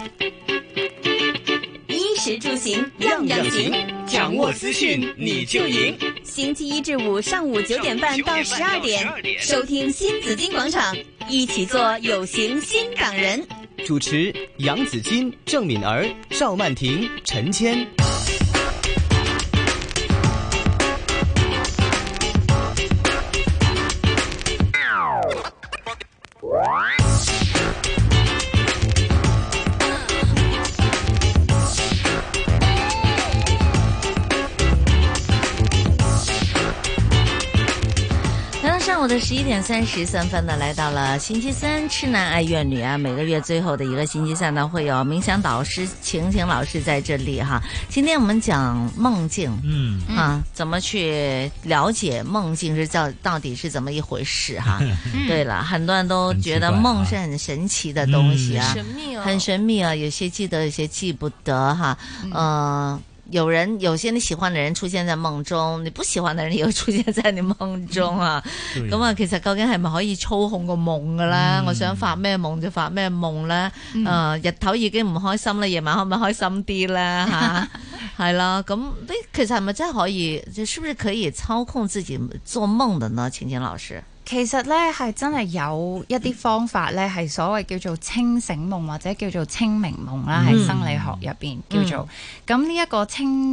衣食住行样样行， 掌握资讯你就赢。 星期一至五上午9点半到12点，收听新紫金广场，一起做有型新港人。 主持杨紫金、郑敏儿、赵曼婷、陈谦。 上午的11点33分呢，来到了星期三，痴男爱怨女啊，每个月最后的一个星期三呢，会有冥想导师晴晴老师在这里哈。今天我们讲梦境，怎么去了解梦境是到底是怎么一回事哈？对了，很多人都觉得梦是很神奇的东西啊，很神秘啊，有些記得，有些記不得哈，有些你喜歡的人出現在夢中，你不喜歡的人又出現在你夢中啊。咁啊，其實究竟係咪可以操控個夢噶啦？我想發咩夢就發咩夢啦。日頭已經唔開心啦，夜晚可唔可以開心啲咧？吓，係啦。咁其實係咪真係可以？就是不是可以操控自己做夢的呢？晴晴老師。 其實咧係真係有一啲方法咧，係所謂叫做清醒夢或者叫做清明夢啦，喺生理學入邊叫做。咁呢一個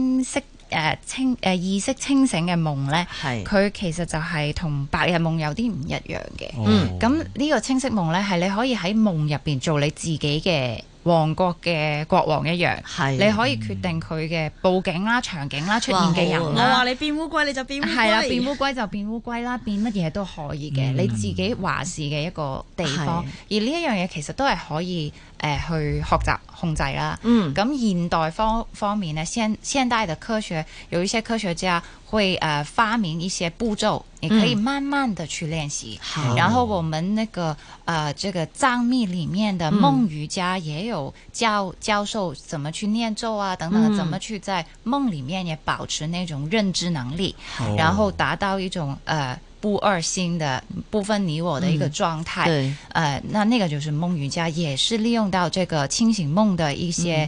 意識清醒嘅夢咧，佢其實就係同白日夢有啲唔一樣嘅。咁呢個清晰夢咧，係你可以喺夢入邊做你自己嘅王國嘅國王一樣，你可以決定佢嘅佈景啦、場景啦、出現嘅人啦。 我話你變烏龜你就變烏龜， 係啦，變烏龜就變烏龜啦，變乜嘢都可以嘅，你自己話事嘅一個地方。而呢一樣嘢其實都係可以去學習控制啦。咁現代方面呢，現代的科學有一些科學家會發明一些步驟，你可以慢慢的去練習。然後我們那個這個藏密裡面的夢瑜伽也有教授怎麼去念咒啊等等，怎麼去在夢裡面也保持那種認知能力，然後達到一種不二心的不分你我的一個狀態。那個就是夢瑜伽，也是利用到這個清醒夢的一些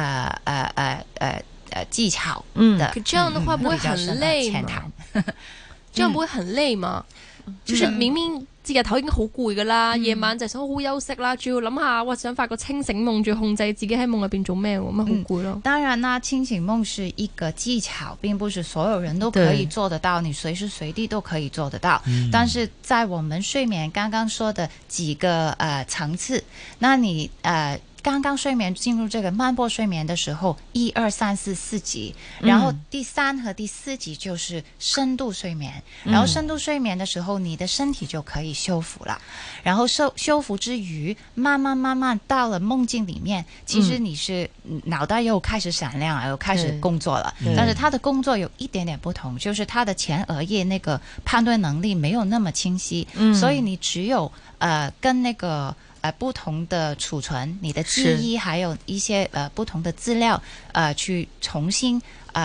技巧的。 這樣的話不會很累嗎？這樣不會很累嗎？就是明明自己頭已經好攰噶啦，夜晚就想好好休息啦，仲要諗下哇想發個清醒夢，仲要控制自己喺夢入邊做咩，咁咪好攰咯。 當然啦，清醒夢是一個技巧，並不是所有人都可以做得到，你隨時隨地都可以做得到。但是在我們睡眠剛剛說的幾個層次，那你剛剛睡眠進入這個慢波睡眠的時候，1、2、3、4、4級，然後第3和第4級就是深度睡眠。然後深度睡眠的時候，你的身體就可以修復了。然後修復之餘，慢慢到了夢境裡面，其實你是腦袋又開始閃亮了，又開始工作了。但是它的工作有一點點不同，就是它的前額葉那個判斷能力沒有那麼清晰，所以你只有跟那個不同的儲存你的記憶，還有一些不同的資料去重新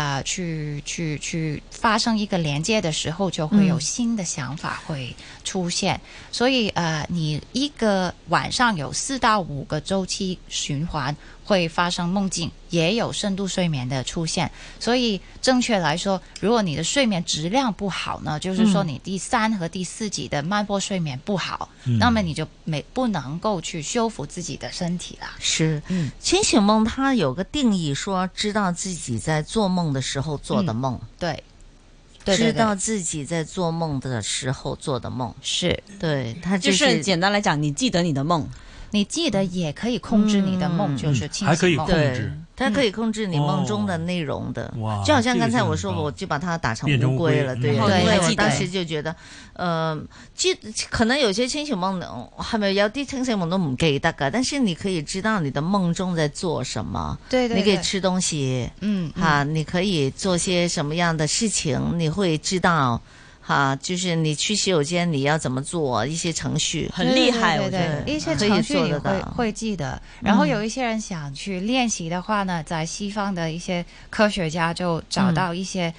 去發生一個連接的時候，就會有新的想法會出現。所以你一個晚上有4到5個週期循環會發生夢境，也有深度睡眠的出現。所以正確來說，如果你的睡眠質量不好呢，就是說你第3和第4級的慢波睡眠不好，那麼你就不能夠去修復自己的身體啦。 是，清醒夢它有個定義，說知道自己在做夢的時候做的夢。 對， 知道自己在做夢的時候做的夢。 是， 對，它就是簡單來講，你記得你的夢。 你記得也可以控制你的夢，就是清醒夢， 還可以控制， 它可以控制你夢中的內容的。就好像剛才我說，我就把它打成烏龜了，對，因為我當時就覺得，可能有些清醒夢，係咪有啲清醒夢都唔記得㗎？但是你可以知道你的夢中在做什麼，對，你可以吃東西，你可以做些什麼樣的事情，你會知道。 哈，就是你去洗手间你要怎么做一些程序， 很厉害，我觉对得一些程序你会记得。然后有一些人想去练习的话呢，在西方的一些科学家就找到一些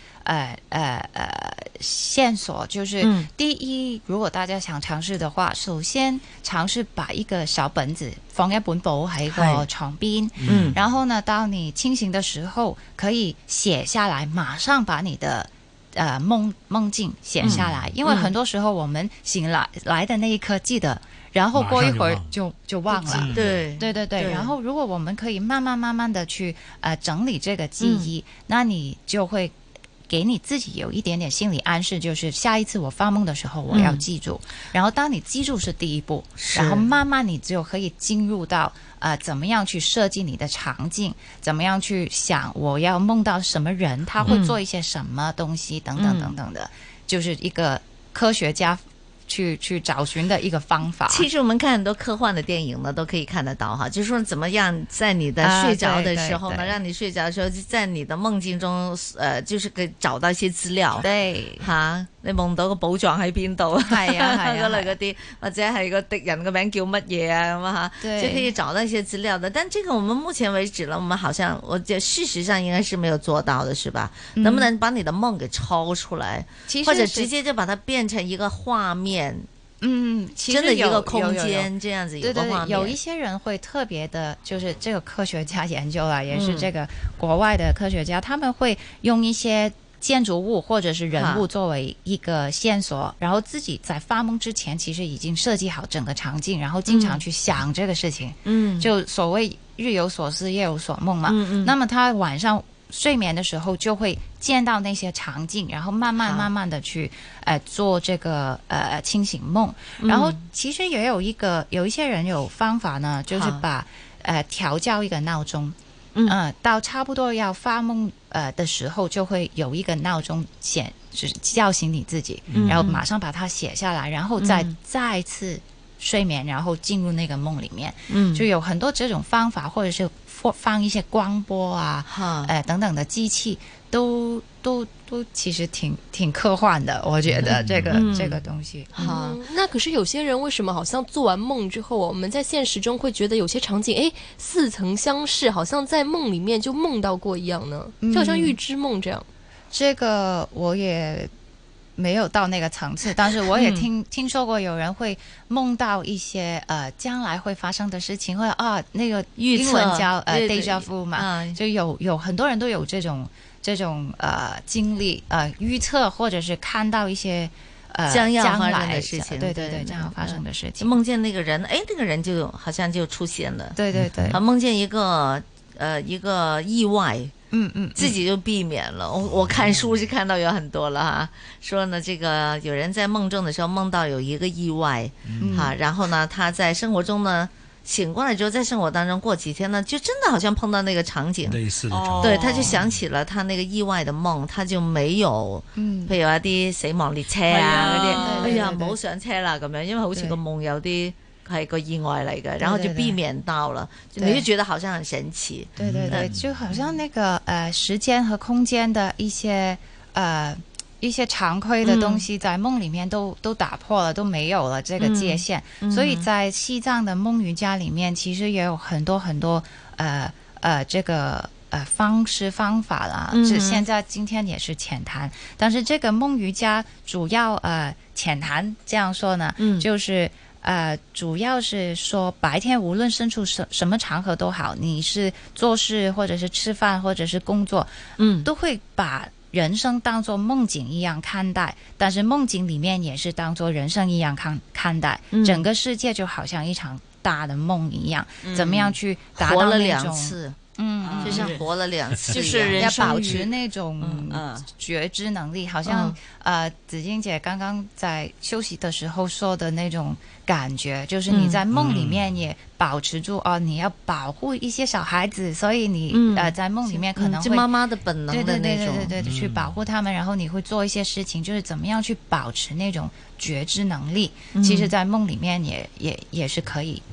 线索，就是第一，如果大家想尝试的话，首先尝试把一个小本子放一本簿喺個床邊，然後呢，當你清醒的時候，可以寫下來，馬上把你的夢境寫下來，因為很多時候我們醒來的那一刻記得，然後過一會兒就忘了。 對， 然後如果我們可以慢慢的去整理這個記憶，那你就會給你自己有一點點心理暗示，就是下一次我發夢的時候我要記住，然後當你記住是第一步，然後慢慢你就可以進入到怎麼樣去設計你的場景，怎麼樣去想我要夢到什麼人，他會做一些什麼東西等等等等的，就是一個科學家去找尋的一個方法。 其實我們看很多科幻的電影呢，都可以看得到哈，就是說怎麼樣在你的睡着的時候呢，讓你睡着的時候，在你的夢境中，就是可以找到一些資料。 對， 吓，你夢到個寶藏喺邊度？係啊，嗰類嗰啲，或者係個敵人嘅名叫乜嘢啊咁啊吓，就可以找到一些資料的。但這個我們目前為止呢，我們好像我覺得事實上應該是沒有做到的，是吧？能不能把你的夢給抽出來，或者直接就把它變成一個畫面？其實真的一個空間這樣子一個畫面。 有一些人會特別的，就是這個科學家研究啊，也是這個國外的科學家，他們會用一些建築物或者是人物作為一個線索，然後自己在發夢之前其實已經設計好整個場景，然後經常去想這個事情。就所謂日有所思夜有所夢嘛。那麼他晚上睡眠的時候就會見到那些場景，然後慢慢的去做這個清醒夢。然後其實也有一些人有方法呢，就是把調校一個鬧鐘，到差不多要發夢的時候就會有一個鬧鐘就是叫醒你自己，然後馬上把它寫下來，然後再次睡眠，然後進入那個夢裡面。就有很多這種方法，或者是放一些光波啊，等等的機器，都其實挺科幻的，我覺得這個東西。 那可是有些人為什麼好像做完夢之後，我們在現實中會覺得有些場景，似曾相識，好像在夢裡面就夢到過一樣呢？就好像預知夢這樣。 這個我也沒有到那個層次，但是我也聽說過有人會夢到一些將來會發生的事情，或者那個英文叫déjà vu 嘛，就有很多人都有這種經歷預測或者是看到一些將要發生的事情， 對，將要發生的事情， 夢見那個人，那個人就好像就出現了， 對， 夢見一個意外。自己就避免了。我看書是看到有很多了哈，說呢，這個有人在夢中的時候夢到有一個意外，然後呢，他在生活中呢醒過來之後，在生活當中過幾天呢，就真的好像碰到那個場景，類似的場景，對，他就想起了他那個意外的夢，他就沒有，譬如一啲死亡列車啊嗰啲，哎呀唔好上車啦咁樣，因為好似個夢有啲係個意外嚟嘅，然後就避免到了，你就覺得好像很神奇。 對，就好像那個時間和空間的一些常規的東西，在夢裡面都打破了，都沒有了這個界限。所以在西藏的夢瑜伽裡面，其實也有很多這個方法啦。現在今天也是淺談，但是這個夢瑜伽主要淺談這樣說呢，就是主要是說白天無論身處什麼場合都好，你是做事或者是吃飯或者是工作，都會把人生當作夢境一樣看待，但是夢境裡面也是當作人生一樣看待，整個世界就好像一場大的夢一樣，怎麼樣去達到那種，活了兩次，就像活了兩次，就是要保持那種覺知能力，好像子矜姐剛剛在休息的時候說的那種感覺，就是你在夢裡面也保持住你要保護一些小孩子，所以你在夢裡面可能會就媽媽的本能的那種， 對，去保護他們，然後你會做一些事情，就是怎麼樣去保持那種覺知能力。其實在夢裡面也是可以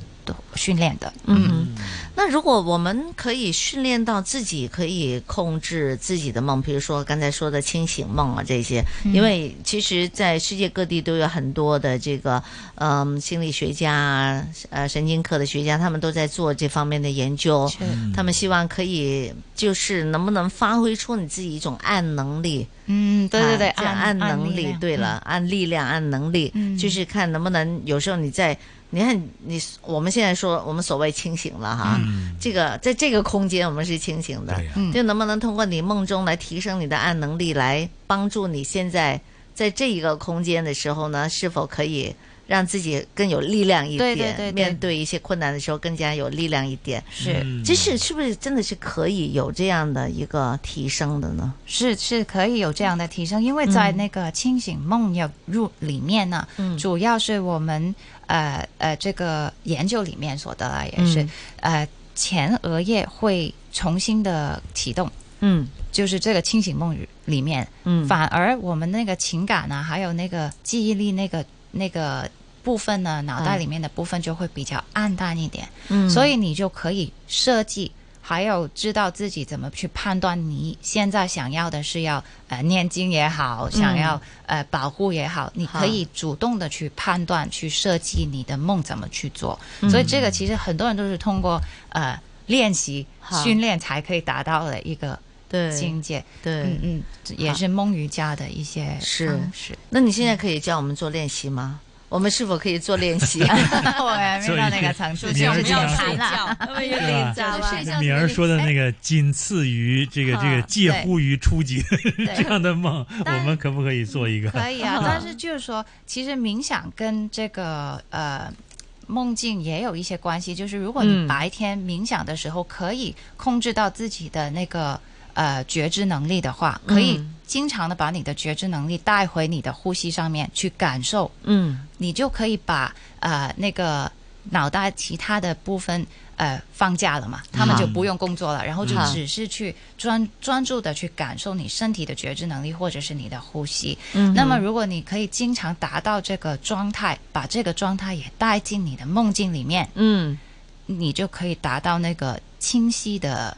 训练的。 那如果我们可以训练到自己可以控制自己的梦，比如说刚才说的清醒梦啊这些，因为其实在世界各地都有很多的这个心理学家啊神经科的学家，他们都在做这方面的研究，他们希望可以就是能不能发挥出你自己一种暗能力。 对， 暗能力，对了，暗力量，暗能力，就是看能不能有时候你看我们现在说我们所谓清醒了哈，这个在这个空间我们是清醒的，就能不能通过你梦中来提升你的暗能力，来帮助你现在在这一个空间的时候呢，是否可以让自己更有力量一点， 对， 面对一些困难的时候更加有力量一点。是不是真的是可以有这样的一个提升的呢？ 是可以有这样的提升，因为在那个清醒梦里面呢，主要是我们这个研究里面所得来也是前额叶会重新的启动。就是这个清醒梦里面，反而我们那个情感啊，还有那个记忆力那个部分呢，脑袋里面的部分就会比较暗淡一点。所以你就可以设计，还有知道自己怎么去判断你现在想要的是要念经也好，想要保护也好，你可以主动的去判断，去设计你的梦怎么去做。所以这个其实很多人都是通过练习训练才可以达到的一个境界。也是梦瑜伽的一些方式。 那你现在可以教我们做练习吗？我们是否可以做练习？ 我还没到那个程度， 敏儿要谈了。 敏儿说的那个仅次于这个介乎于初级这样的梦，我们可不可以做一个？ 可以啊，但是就是说，其实冥想跟这个梦境也有一些关系，就是如果你白天冥想的时候可以控制到自己的那个觉知能力的话，可以经常的把你的觉知能力带回你的呼吸上面去感受，你就可以把那个脑袋其他的部分放假了嘛，他们就不用工作了，然后就只是去专注的去感受你身体的觉知能力或者是你的呼吸。那么如果你可以经常达到这个状态，把这个状态也带进你的梦境里面，你就可以达到那个清晰的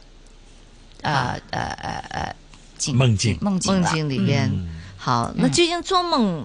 梦境里边。好，那究竟做梦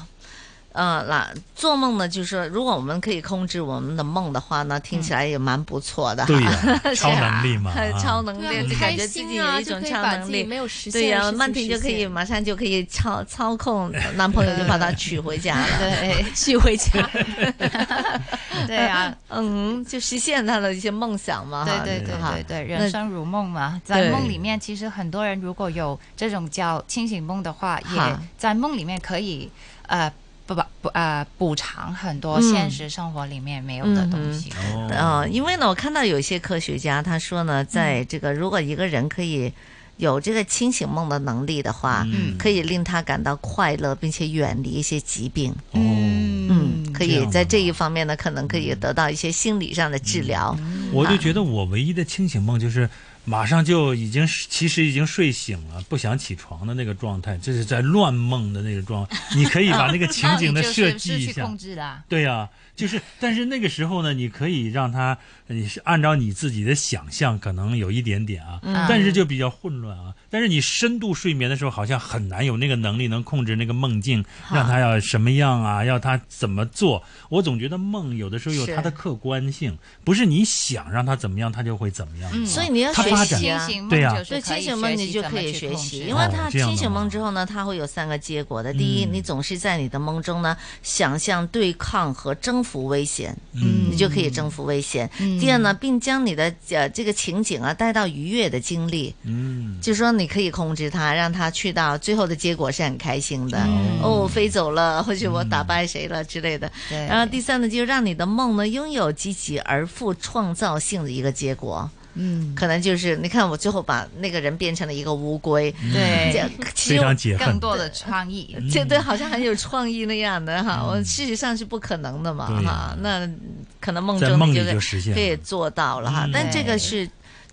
做梦呢，就是说如果我们可以控制我们的梦的话呢，听起来也蛮不错的。 对呀，超能力嘛， 超能力，就感觉自己有一种超能力。对呀，曼婷就可以马上就可以操控男朋友，就把他娶回家了。 对， 娶回家。 对啊， 就实现他的一些梦想嘛。 对，人生如梦嘛，在梦里面，其实很多人如果有这种叫清醒梦的话，也在梦里面可以补偿很多现实生活里面没有的东西。 因为呢，我看到有一些科学家他说呢，在这个如果一个人可以有这个清醒梦的能力的话，可以令他感到快乐，并且远离一些疾病。可以在这一方面呢，可能可以得到一些心理上的治疗。 我就觉得我唯一的清醒梦就是马上就其实已经睡醒了，不想起床的那个状态，这是在乱梦的那个状态。你可以把那个情景的设计一下。 控制的。 对呀，但是那个时候呢，你可以让你是按照你自己的想象，可能有一点点但是就比较混乱啊。但是你深度睡眠的时候，好像很难有那个能力能控制那个梦境，让它要什么样啊，要它怎么做。我总觉得梦有的时候有它的客观性，不是你想让它怎么样，它就会怎么样。 所以你要学习啊， 对呀， 对清醒梦你就可以学习，因为它清醒梦之后呢，它会有3个结果的。第一，你总是在你的梦中呢想象对抗和征服危险，你就可以征服危险。第二呢，并将你的这个情景啊带到愉悦的经历，就是说你可以控制它，让它去到最后的结果是很开心的，飞走了，或者我打败谁了之类的。然后第三呢，就让你的梦呢拥有积极而富创造性的一个结果。可能就是你看我最后把那个人变成了一个乌龟， 对， 非常解恨， 更多的创意， 对，好像很有创意那样的哈。我事实上是不可能的嘛哈，那可能梦中你就实现可以做到了哈。但这个是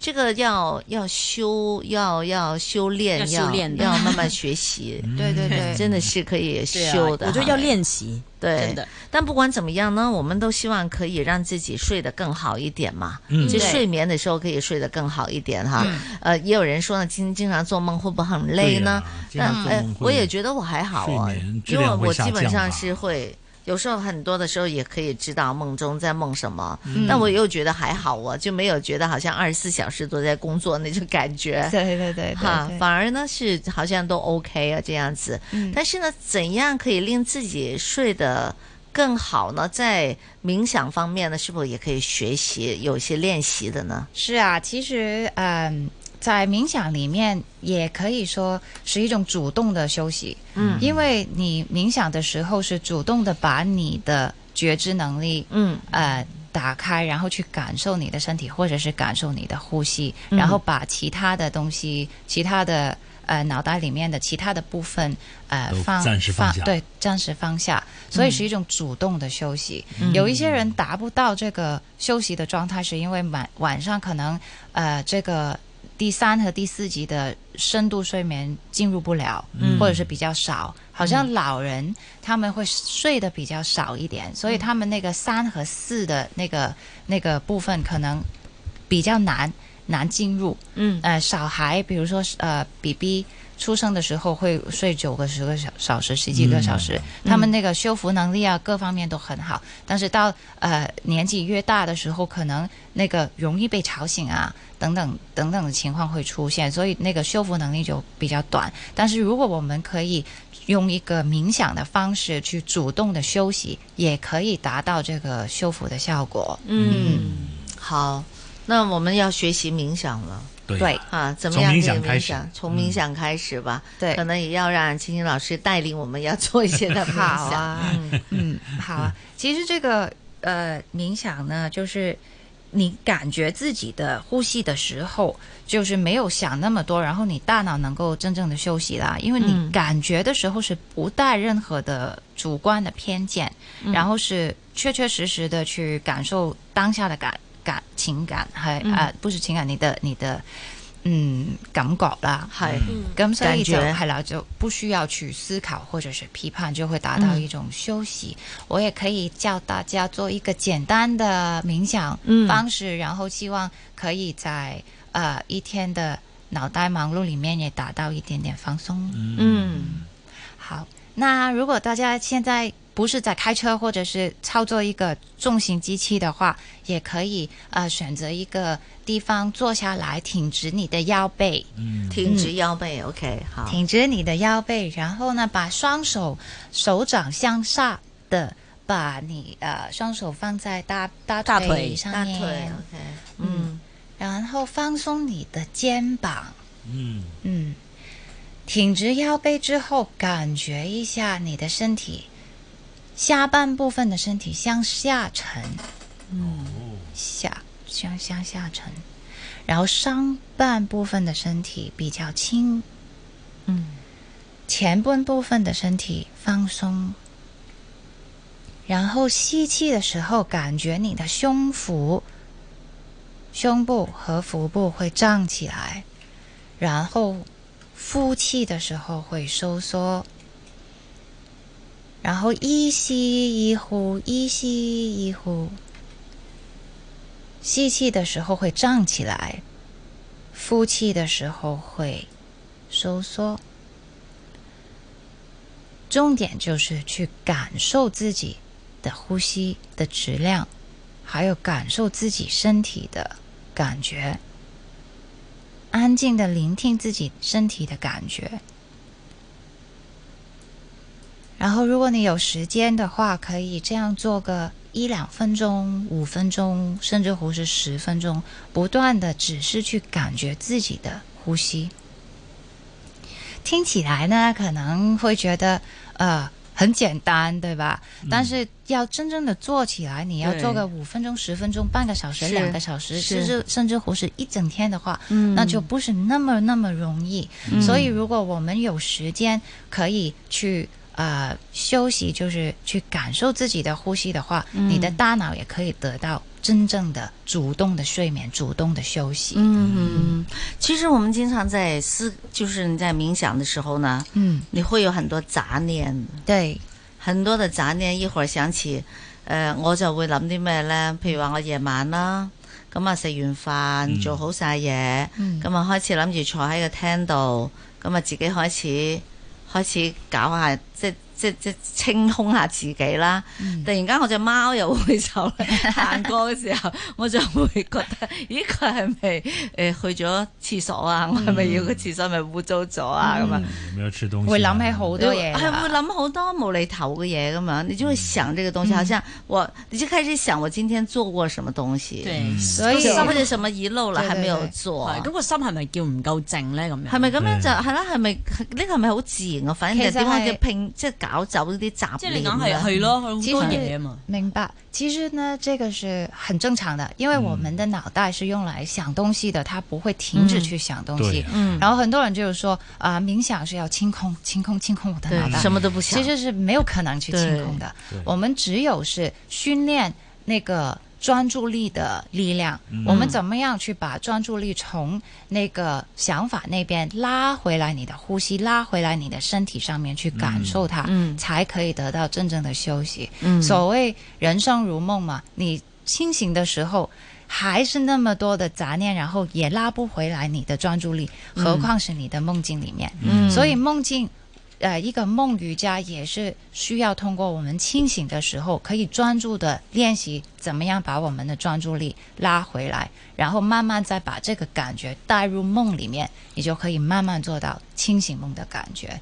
这个要修炼，要慢慢学习。 对对对， 真的是可以修的。 我觉得要练习。 对， 真的。 但不管怎么样呢，我们都希望可以让自己睡得更好一点嘛。就睡眠的时候可以睡得更好一点哈。也有人说呢，经常做梦会不会很累呢？我也觉得我还好啊，因为我基本上是会。有时候很多的时候也可以知道梦中在梦什么，但我又觉得还好啊，就没有觉得好像24小时都在工作那种感觉。 对哈，反而呢是好像都 OK 啊这样子。但是呢，怎样可以令自己睡得更好呢？在冥想方面呢，是否也可以学习有些练习的呢？ 是啊，其实在冥想里面也可以说是一种主动的休息，因为你冥想的时候是主动的把你的觉知能力，打开，然后去感受你的身体，或者是感受你的呼吸，然后把其他的东西，其他的脑袋里面的其他的部分暂时放下， 对，暂时放下，所以是一种主动的休息。有一些人达不到这个休息的状态，是因为晚上可能这个第3和第4级的深度睡眠进入不了，或者是比较少。好像老人他们会睡得比较少一点，所以他们那个3和4的那个部分可能比较难进入。小孩比如说BB 出生的时候会睡9个10个小时10几个小时，他们那个修复能力啊各方面都很好，但是到年纪越大的时候，可能那个容易被吵醒啊等等的情况会出现，所以那个修复能力就比较短。但是如果我们可以用一个冥想的方式去主动的休息，也可以达到这个修复的效果。 好，那我们要学习冥想了。 对啊，怎么样可以冥想？ 从冥想开始吧。 对， 可能也要让青青老师带领我们要做一些的冥想。 好啊，好啊。其实这个冥想呢，就是你感觉自己的呼吸的时候，就是没有想那么多，然后你大脑能够真正的休息啦。因为你感觉的时候是不带任何的主观的偏见，然后是确确实实的去感受當下的情感，係不是情感，你的感覺啦，係咁，所以就係啦，就不需要去思考或者是批判，就會達到一種休息。我也可以教大家做一個簡單的冥想方式，然後希望可以在一天的腦袋忙碌裡面也達到一點點放鬆。好，那如果大家現在不是在開車或者是操作一個重型機器的話，也可以選擇一個地方坐下來，挺直你的腰背。 挺直腰背 OK 好， 挺直你的腰背，然後呢把手掌向下的把你雙手放在大腿上面， OK 然後放鬆你的肩膀。挺直腰背之後，感覺一下你的身體下半部分的身體向下沉，向下沉，然後上半部分的身體比較輕，前半部分的身體放鬆，然後吸氣的時候，感覺你的胸部和腹部會脹起來，然後呼氣的時候會收縮，然後一吸一呼，一吸一呼。吸氣的時候會脹起來，呼氣的時候會收縮。重點就是去感受自己的呼吸的質量，還有感受自己身體的感覺，安靜的聆聽自己身體的感覺。然後如果你有時間的話，可以這樣做個1-2分鐘、5分鐘，甚至乎是10分鐘，不斷的只是去感覺自己的呼吸。聽起來呢，可能會覺得很簡單，對吧？但是要真正的做起來，你要做個5分鐘、10分鐘、半個小時、2個小時，甚至乎是一整天的話，那就不是那麼容易。所以如果我們有時間可以去休息，就是去感受自己的呼吸的話，你的大腦也可以得到真正的主动的睡眠，主动的休息。 其实我们经常在就是你在冥想的时候呢，你会有很多杂念， 对， 很多的杂念，一會兒想起我就會諗啲咩呢？譬如話我夜晚啦，咁啊食完飯做好晒嘢，咁啊開始諗住坐喺個廳度，咁啊自己開始搞下即清空下自己啦。突然間我隻貓又會走嚟行過嘅時候，我就會覺得，咦佢係咪去咗廁所啊？我係咪要個廁所咪污糟咗啊？咁啊， 有沒有吃東西？ 會諗起好多嘢， 係會諗好多無厘頭嘅嘢噶嘛，你就會想這個東西，好像你就開始想我今天做過什麼東西， 所以或者什麼遺漏了還沒有做， 咁個心係咪叫唔夠靜咧？咁樣係咪咁樣就係啦？係咪呢個係咪好自然啊？反正點樣要拼即係搞走呢啲雜念， 即係你硬係咯，好多嘢啊嘛。 明白，其實呢，這個是很正常的，因為我們的腦袋是用來想東西的，它不會停止去想東西。然後很多人就是說冥想是要清空我的腦袋， 什麼都不想， 其實是沒有可能去清空的。我們只有是訓練那個專注力的力量，我們怎麼樣去把專注力從那個想法那邊拉回來，你的呼吸拉回來，你的身體上面去感受它，才可以得到真正的休息。所謂人生如夢嘛，你清醒的時候還是那麼多的雜念，然後也拉不回來你的專注力，何況是你的夢境裡面。所以夢境一個夢瑜伽也是需要通過我們清醒的時候，可以專注的練習，怎麼樣把我們的專注力拉回來，然後慢慢再把這個感覺帶入夢裡面，你就可以慢慢做到清醒夢的感覺。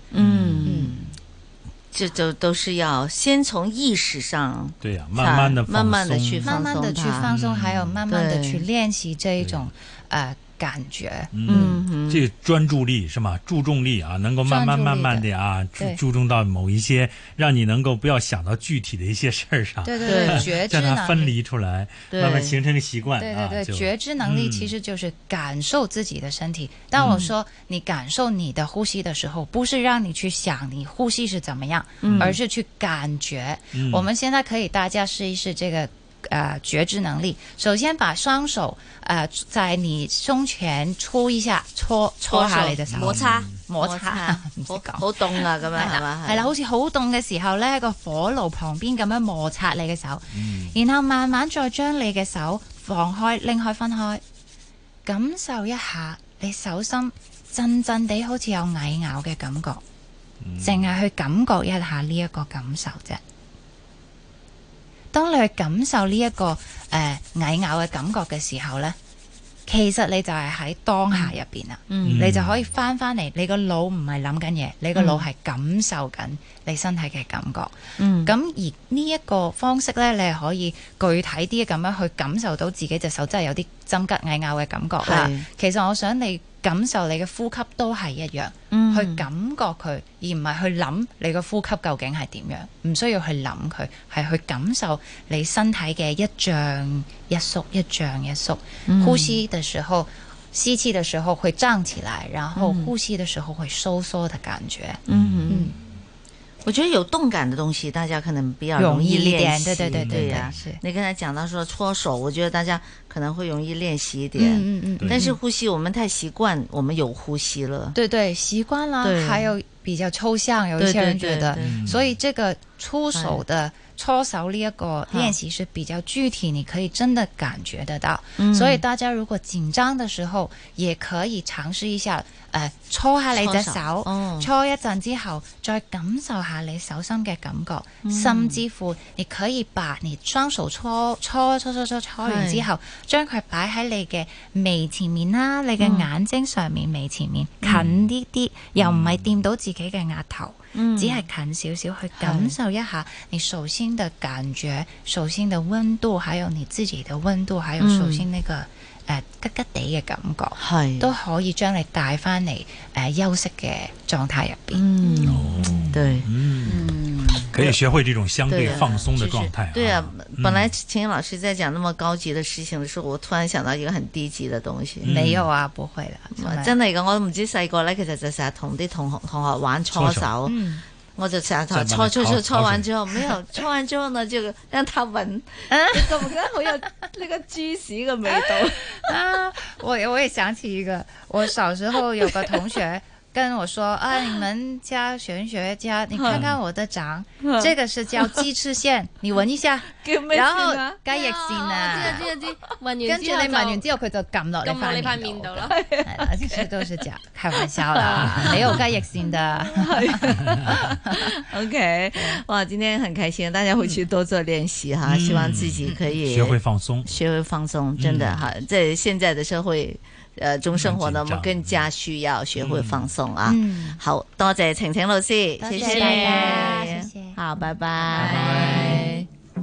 就都是要先從意識上， 對呀，慢慢的去放鬆， 還有慢慢的去練習這一種感覺， 這個專注力是嗎？注重力啊，能夠慢慢的啊，注重到某一些，讓你能夠不要想到具體的一些事兒上， 對，覺知能力， 將它分離出來，慢慢形成個習慣。 對，覺知能力其實就是感受自己的身體。當我說你感受你的呼吸的時候，不是讓你去想你呼吸是怎麼樣，而是去感覺。我們現在可以大家試一試這個覺知能力。首先把雙手在你胸前搓一下，搓下你隻手，摩擦， 好凍啊咁樣係嘛？ 係啦，好似好凍嘅時候咧，喺個火爐旁邊咁樣摩擦你嘅手，然後慢慢再將你嘅手放開，拎開分開，感受一下你手心震震地好似有蟻咬嘅感覺，淨係去感覺一下呢一個感受啫。當你去感受呢一個蟻咬嘅感覺嘅時候呢，其實你就係喺當下入邊啦，你就可以翻嚟，你個腦唔係諗緊嘢，你個腦係感受緊你身體嘅感覺。咁而呢一個方式呢，你係可以具體啲咁樣去感受到自己隻手真係有啲針吉蟻咬嘅感覺啦。其實我想你感受你嘅呼吸都係一樣，去感覺佢，而唔係去諗你嘅呼吸究竟係點樣，唔需要去諗佢，係去感受你身體嘅一脹一縮，一脹一縮。呼吸的時候，吸氣的時候會脹起來，然後呼吸的時候會收縮的感覺。 我覺得有動感的東西，大家可能比較容易練習。對呀，你剛才講到說搓手，我覺得大家可能會容易練習一點。但是呼吸，我們太習慣，我們有呼吸了。 對，習慣啦，還有比較抽象，有一些人覺得，所以這個搓手呢一個練習是比較具體，你可以真的感覺得到。所以大家如果緊張的時候，也可以嘗試一下，搓下你隻手，搓一陣之後，再感受下你手心嘅感覺，甚至乎你可以把你雙手搓完之後，將佢擺喺你嘅眉前面啦，你嘅眼睛上面，眉前面近啲，又唔係掂到自己嘅額頭，只係近少少去感受一下你手心的感覺，手心的溫度，還有你自己的溫度，還有手心那個吉吉地嘅感覺，都可以將你帶翻嚟休息嘅狀態入邊。 對， 可以學會這種相對放鬆的狀態。 對啊，本來晴晴老師在講那麼高級的事情的時候，我突然想到一個很低級的東西。 沒有啊，不會啦， 真係㗎，我都唔知細個咧，其實就成日同啲同學玩搓手。 我就成日搓完之後，沒有搓完之後呢，就讓他聞，你覺唔覺得好有那個芝士嘅味道啊？我也想起一個，我小時候有個同學跟我說啊，你們家玄學家，你看看我的掌，這個是叫雞翅線，你聞一下，然後雞翼線啊， 知，聞完跟住你聞完之後，佢就撳落你塊面度啦。係啦，其實都是假，開玩笑啦，沒有雞翼線的。 OK， 哇，今天很開心，大家回去多做練習哈，希望自己可以學會放鬆， 真的哈，在現在的社會。中生活呢，我們更加需要學會放鬆啊！好多謝晴晴老師，謝謝大家，謝謝，好，拜拜。